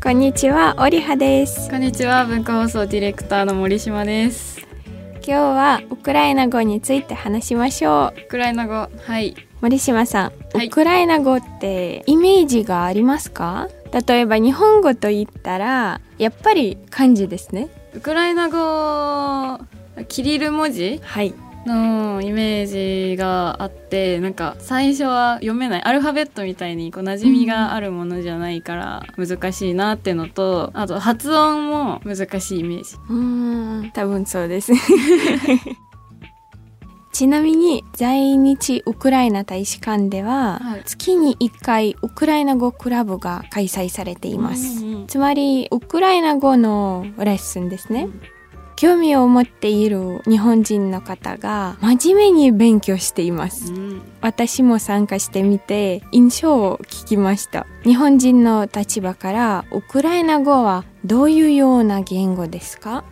こんにちは、オリハです。 こんにちは、文化放送ディレクターの森島です。 今日はウクライナ語について話しましょう。 ウクライナ語、はい。 森島さん、 はい、 ウクライナ語ってイメージがありますか？例えば日本語と言ったらやっぱり漢字ですね。 ウクライナ語、キリル文字、 はい、 のイメージがあって、なんか最初は読めないアルファベットみたいにこう馴染みがあるものじゃないから難しいなっていうのと、あと発音も難しいイメージ。 多分そうですちなみに在日ウクライナ大使館では、月に1回ウクライナ語クラブが開催されています、つまりウクライナ語のレッスンですね、興味を持っている日本人の方が真面目に勉強しています、私も参加してみて印象を聞きました。日本人の立場からウクライナ語はどういうような言語ですか？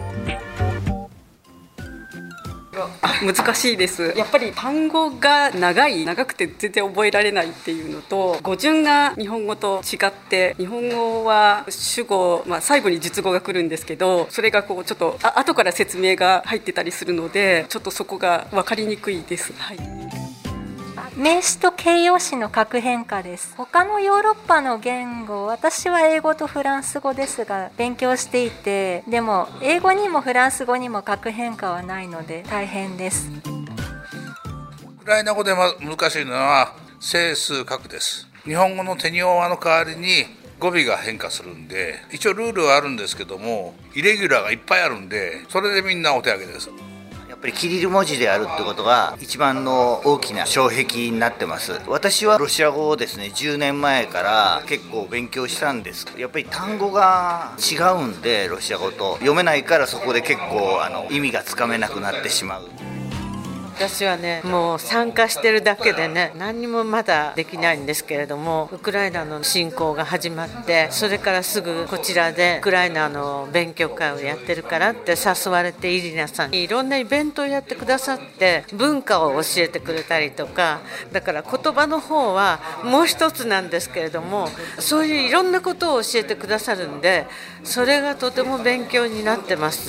難しいです。やっぱり単語が長くて全然覚えられないっていうのと、語順が日本語と違って、日本語は主語、最後に述語が来るんですけど、それがこうちょっと後から説明が入ってたりするので、ちょっとそこが分かりにくいです。はい、 名詞と形容詞の格変化です。他のヨーロッパの言語、私は英語とフランス語ですが勉強していて、でも英語にもフランス語にも格変化はないので大変です。 ウクライナ語で難しいのは整数格です。日本語のテニオワの代わりに語尾が変化するんで、一応ルールはあるんですけども、イレギュラーがいっぱいあるんで、それでみんなお手上げです。 やっぱりキリル文字であるってことが一番の大きな障壁になってます。私はロシア語をですね10年前から結構勉強したんですけど、やっぱり単語が違うんで、ロシア語と読めないから、そこで結構意味がつかめなくなってしまう。 私はね、もう参加してるだけでね、何にもまだできないんですけれども、ウクライナの侵攻が始まって、それからすぐこちらでウクライナの勉強会をやってるからって誘われて、イリナさんにいろんなイベントをやってくださって、文化を教えてくれたりとか、だから言葉の方はもう一つなんですけれども、そういういろんなことを教えてくださるんで、それがとても勉強になってます。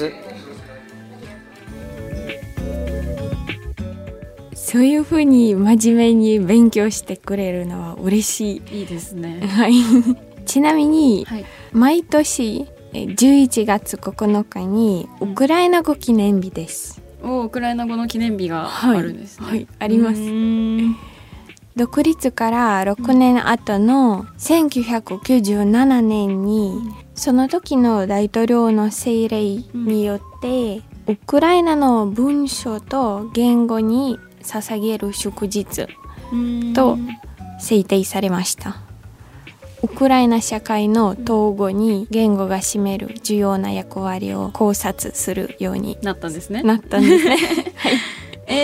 そういうふうに真面目に勉強してくれるのは嬉しい。 いいですね。 はい。ちなみに、毎年11月9日にウクライナ語記念日です。 ウクライナ語の記念日があるんですね。 はい、あります。独立から6年後の1997年に、その時の大統領の政令によって、ウクライナの文書と言語に捧げる祝日と制定されました。ウクライナ社会の統合に言語が占める重要な役割を考察するようになったんですね。 はい、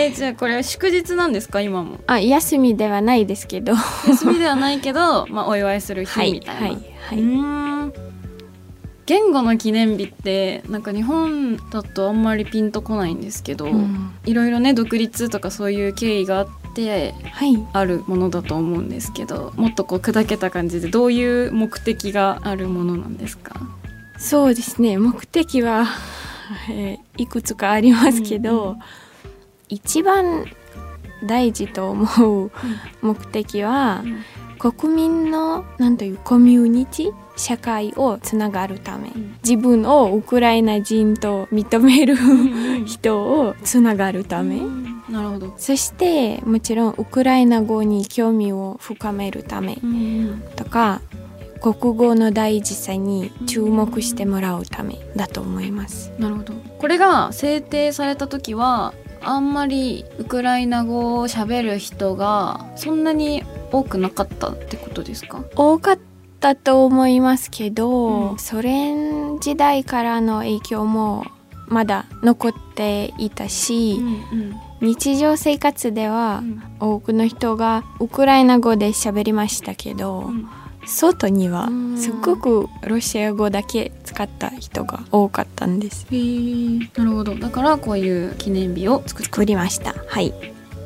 じゃあこれは祝日なんですか？今も休みではないですけど休みではないけど、お祝いする日みたいな。言語の記念日ってなんか日本だとあんまりピンとこないんですけど、いろいろね、独立とかそういう経緯があってあるものだと思うんですけど、もっとこう砕けた感じでどういう目的があるものなんですか？ そうですね、目的は、いくつかありますけど、一番大事と思う目的は、国民のなんというコミュニティ社会をつながるため、自分をウクライナ人と認める人をつながるため、 なるほど。 そしてもちろんウクライナ語に興味を深めるためとか、国語の大事さに注目してもらうためだと思います。 なるほど。これが制定された時はあんまりウクライナ語を喋る人がそんなに多くなかったってことですか？ 多かったと思いますけど、ソ連時代からの影響もまだ残っていたし、日常生活では多くの人がウクライナ語で喋りましたけど、外にはすごくロシア語だけ使った人が多かったんです。 なるほど。だからこういう記念日を作りました。はい。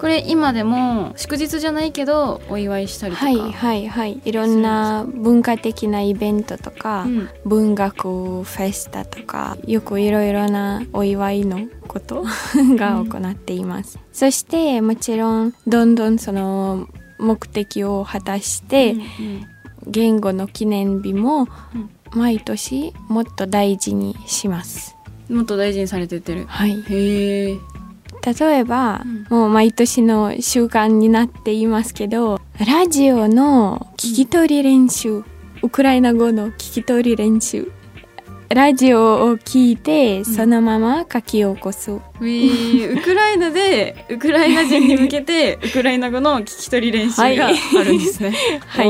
これ今でも祝日じゃないけどお祝いしたりとか。 はいはいはい。いろんな文化的なイベントとか、文学フェスタとか、よくいろいろなお祝いのことが行っています。そしてもちろんどんどんその目的を果たして、言語の記念日も毎年もっと大事にします。 もっと大事にされてってる。 はい。 へえ。 例えば、もう毎年の習慣になっていますけど、ラジオの聞き取り練習、ウクライナ語の聞き取り練習、ラジオを聞いてそのまま書き起こす。 ウクライナでウクライナ人に向けてウクライナ語の聞き取り練習があるんですね。 はい。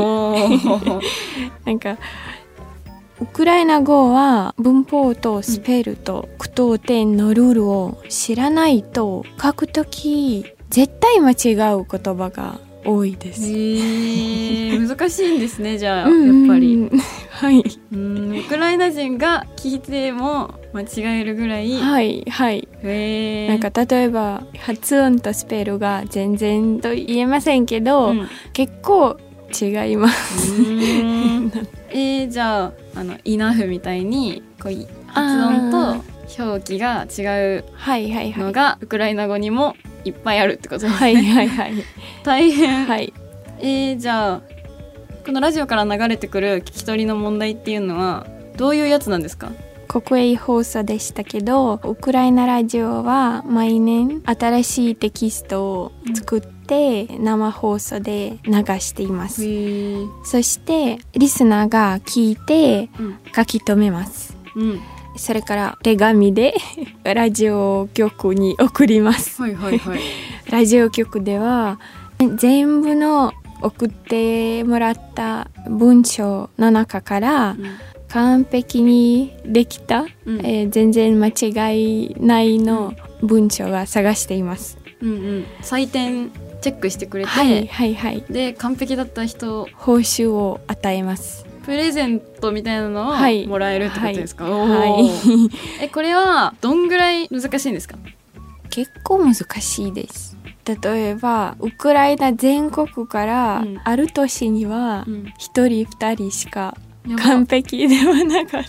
なんかウクライナ語は文法とスペルと句読点のルールを知らないと書くとき絶対間違う言葉が多いです。 難しいんですね。じゃあやっぱりはい。 ウクライナ人が聞いても間違えるぐらい。 はいはい。なんか例えば発音とスペルが全然と言えませんけど、結構違います。 じゃあイナフみたいにこう発音と表記が違うのがウクライナ語にもいっぱいあるってことですね。 はいはいはい。 大変。 はい。 じゃあこのラジオから流れてくる聞き取りの問題っていうのはどういうやつなんですか？ 国営放送でしたけど、ウクライナラジオは毎年新しいテキストを作って生放送で流しています。そしてリスナーが聞いて書き留めます。それから手紙でラジオ局に送ります。ラジオ局では全部の送ってもらった文章の中から完璧にできた、全然間違いないの文章が探しています。 採点チェックしてくれて、 はいはいはい、 で完璧だった人報酬を与えます。 プレゼントみたいなのをもらえるってことですか？これはどんぐらい難しいんですか？ 結構難しいです。例えばウクライナ全国からある年には1人2人しか完璧ではなかった。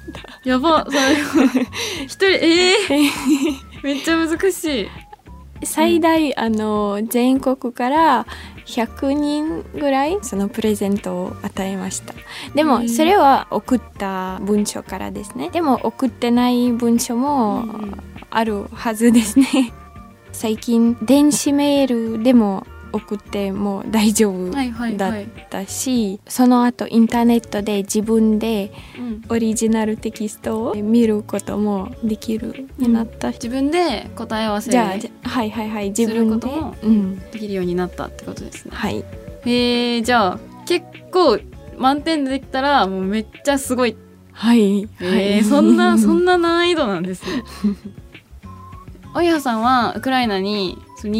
やば、それ一人めっちゃ難しい。 最大、全国から100人ぐらいそのプレゼントを与えました。でもそれは送った文章からですね。でも送ってない文章もあるはずですね。最近電子メールでも送っても大丈夫だったし、その後インターネットで自分でオリジナルテキストを見ることもできるようになった、 自分で答え合わせ自分こともできるようになったってことですね。 はい。 じゃあ結構満点でできたらもうめっちゃすごい。 はい。 そんな難易度なんですね。おいはさんはウクライナに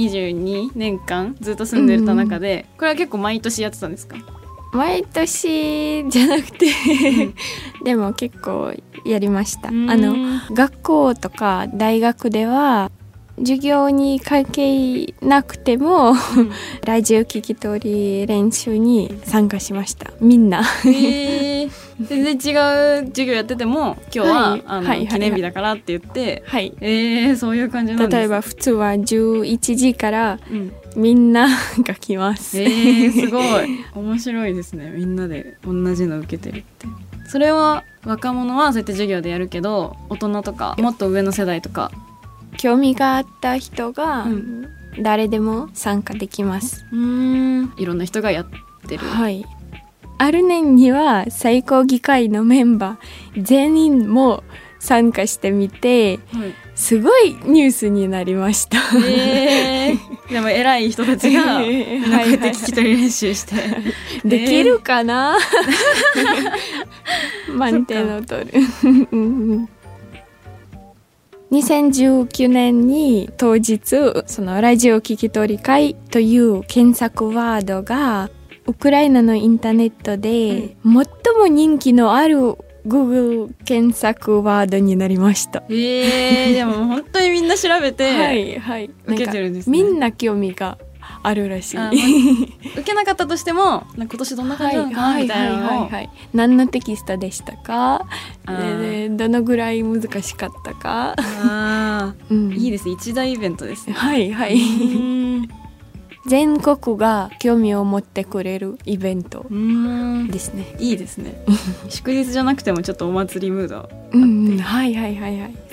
22年間ずっと住んでた中で、これは結構毎年やってたんですか？ 毎年じゃなくてでも結構やりました。学校とか大学では授業に関係なくても、ラジオ聞き取り練習に参加しました。みんな全然違う授業やってても今日は、記念日だからって言って、そういう感じなんです。 例えば普通は11時から、みんなが来ます。 すごい面白いですね。みんなで同じの受けてるって。それは若者はそうやって授業でやるけど、大人とかもっと上の世代とか興味があった人が、誰でも参加できます。 いろんな人がやってる。 はい。ある年には最高議会のメンバー全員も参加してみて、すごいニュースになりました。 でも偉い人たちがみんなこうやって聞き取り練習してできるかな満点を取る。2019年に当日そのラジオ聞き取り会という検索ワードがウクライナのインターネットで最も人気のある Google 検索ワードになりました。 でも本当にみんな調べて受けてるんですね。 みんな興味があるらしい。 受けなかったとしても今年どんな感じなのかなみたいなのを、 何のテキストでしたか、どのぐらい難しかったか。 いいですね、一大イベントですね。 全国が興味を持ってくれるイベントですね。 いいですね。祝日じゃなくてもちょっとお祭りムードあって、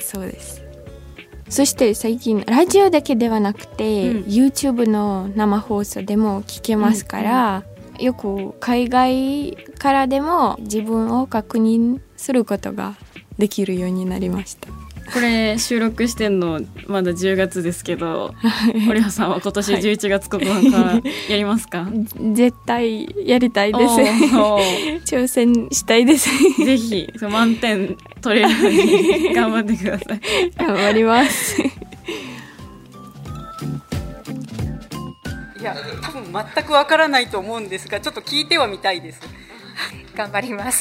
そうです。そして最近ラジオだけではなくて、YouTube の生放送でも聞けますから、よく海外からでも自分を確認することができるようになりました。 これ収録してんのまだ10月ですけど、堀葉さんは今年11月9日やりますか？ 絶対やりたいです。挑戦したいです。 ぜひ満点取れるように頑張ってください。 頑張ります。 いや、多分全くわからないと思うんですが、ちょっと聞いてはみたいです。 頑張ります。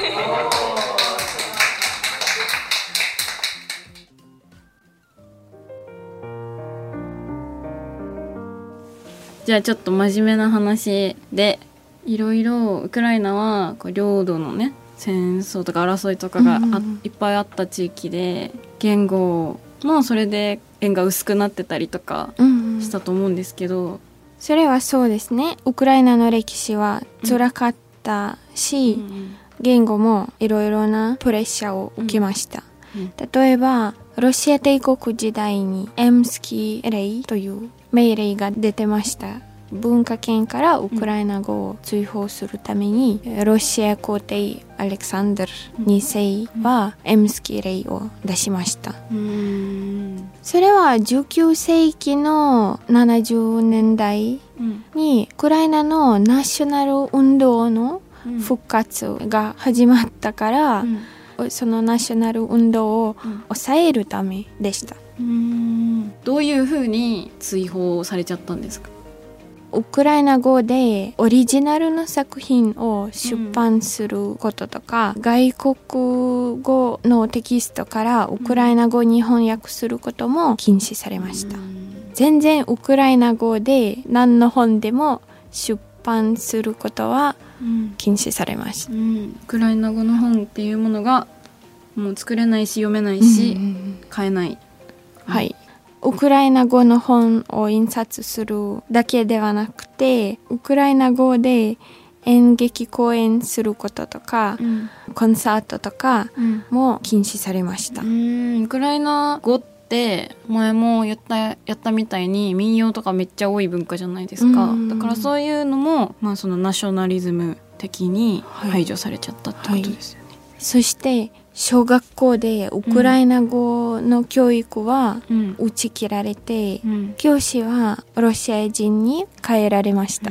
じゃあちょっと真面目な話で、いろいろウクライナは領土のね戦争とか争いとかがいっぱいあった地域で、言語もそれで縁が薄くなってたりとかしたと思うんですけど、 それはそうですね。ウクライナの歴史は辛かったし、言語もいろいろなプレッシャーを受けました。例えばロシア帝国時代にエムスキー令という命令が出てました。文化圏からウクライナ語を追放するために、ロシア皇帝アレクサンダル2世はエムスキー令を出しました。それは19世紀の70年代にウクライナのナショナル運動の復活が始まったから、そのナショナル運動を抑えるためでした。 どういうふうに追放されちゃったんですか？ ウクライナ語でオリジナルの作品を出版することとか、外国語のテキストからウクライナ語に翻訳することも禁止されました。全然ウクライナ語で何の本でも出版することは禁止されました。 ウクライナ語の本っていうものがもう作れないし読めないし、買えない。 ウクライナ語の本を印刷するだけではなくて、ウクライナ語で演劇公演することとか、コンサートとかも禁止されました。 ウクライナ語って前もやったみたいに民謡とかめっちゃ多い文化じゃないですか。だからそういうのも、そのナショナリズム的に排除されちゃったってことですよね。 そして小学校でウクライナ語の教育は打ち切られて、教師はロシア人に変えられました。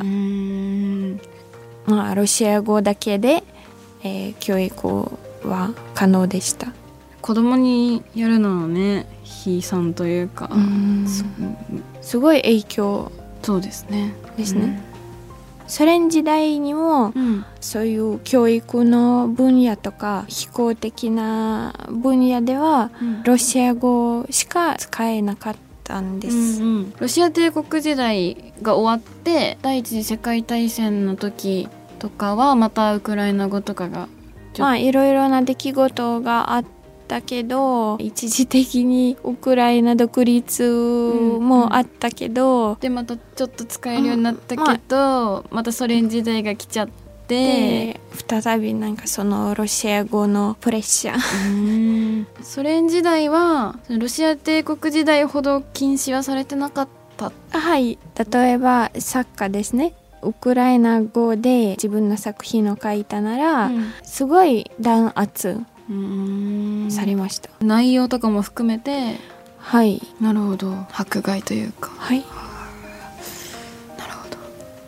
ロシア語だけで、教育は可能でした。 子供にやるのはね、悲惨というか、 すごい影響そうですね。 ソ連時代にも、そういう教育の分野とか非公的な分野では、ロシア語しか使えなかったんです。 ロシア帝国時代が終わって第一次世界大戦の時とかはまたウクライナ語とかがいろいろな出来事があったけど、一時的にウクライナ独立もあったけど、 でまたちょっと使えるようになったけど、またソ連時代が来ちゃって、 再びそのロシア語のプレッシャーソ連時代はロシア帝国時代ほど禁止はされてなかった。 例えば作家ですね、ウクライナ語で自分の作品を書いたなら、すごい弾圧されました。 内容とかも含めて。なるほど、迫害というか。なるほど。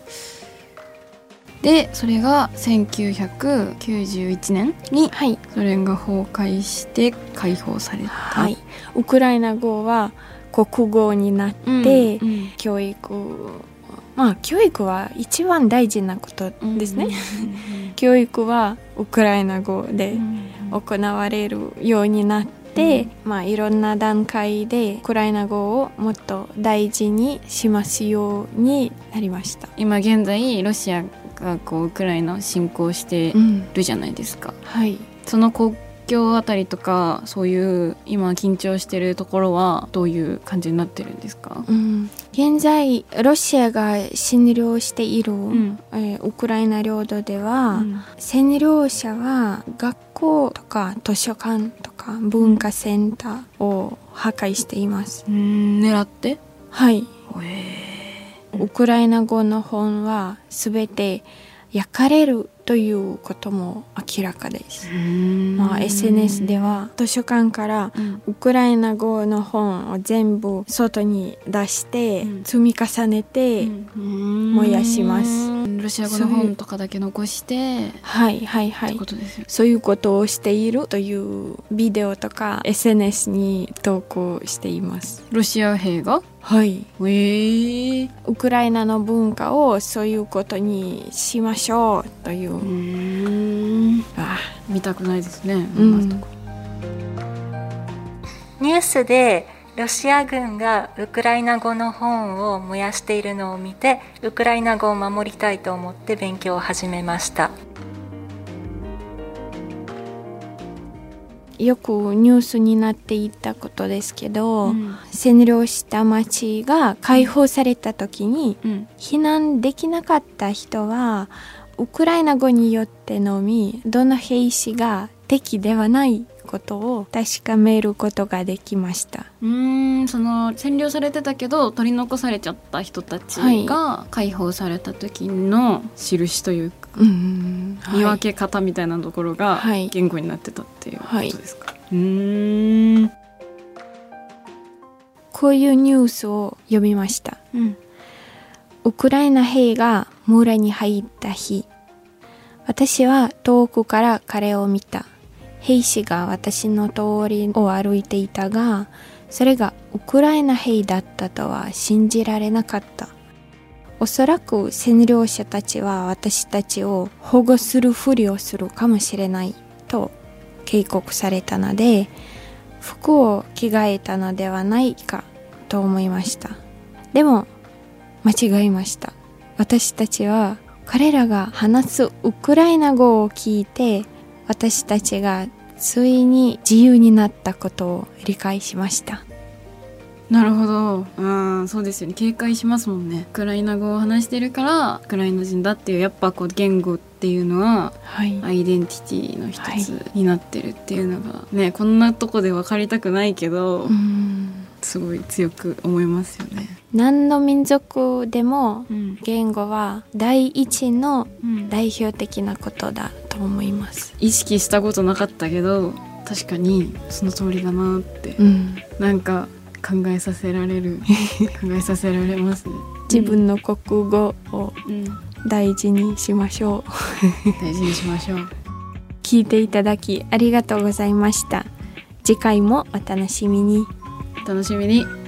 でそれが1991年にソ連が崩壊して解放された。 ウクライナ語は国語になって、教育は一番大事なことですね。教育はウクライナ語で行われるようになって、いろんな段階でウクライナ語をもっと大事にしますようになりました。 今現在ロシアがウクライナを侵攻してるじゃないですか、 はい、 その国境あたりとかそういう今緊張してるところはどういう感じになってるんですか？ 現在ロシアが占領している、ウクライナ領土では、占領者は学校とか図書館とか文化センターを破壊しています。 狙って？ はい。ウクライナ語の本はすべて焼かれるということも明らかです。SNS では図書館からウクライナ語の本を全部外に出して積み重ねて燃やします。 ロシア語の本とかだけ残してってことですよ。 そういうことをしているというビデオとか SNS に投稿しています。 ロシア兵が？ はい。ウクライナの文化をそういうことにしましょうという。 見たくないですね。 ニュースでロシア軍がウクライナ語の本を燃やしているのを見て、ウクライナ語を守りたいと思って勉強を始めました。 よくニュースになっていたことですけど、占領した町が解放された時に、避難できなかった人はウクライナ語によってのみどの兵士が敵ではないことを確かめることができました。 その占領されてたけど取り残されちゃった人たちが解放された時の印というか、見分け方みたいなところが言語になってたっていうことですか？ こういうニュースを読みました。ウクライナ兵が村に入った日、私は遠くから彼を見た。兵士が私の通りを歩いていたが、それがウクライナ兵だったとは信じられなかった。おそらく占領者たちは私たちを保護するふりをするかもしれないと警告されたので、服を着替えたのではないかと思いました。でも間違いました。私たちは彼らが話すウクライナ語を聞いて、私たちがついに自由になったことを理解しました。 なるほど。そうですよね。警戒しますもんね。ウクライナ語を話してるからウクライナ人だっていう、やっぱ言語っていうのはアイデンティティの一つになってるっていうのがね、こんなとこで分かりたくないけど、すごい強く思いますよね。 何の民族でも言語は第一の代表的なことだと思います。 意識したことなかったけど確かにその通りだなって、なんか考えさせられますね。 自分の国語を大事にしましょう。 大事にしましょう。 聞いていただきありがとうございました。次回もお楽しみに。 楽しみに。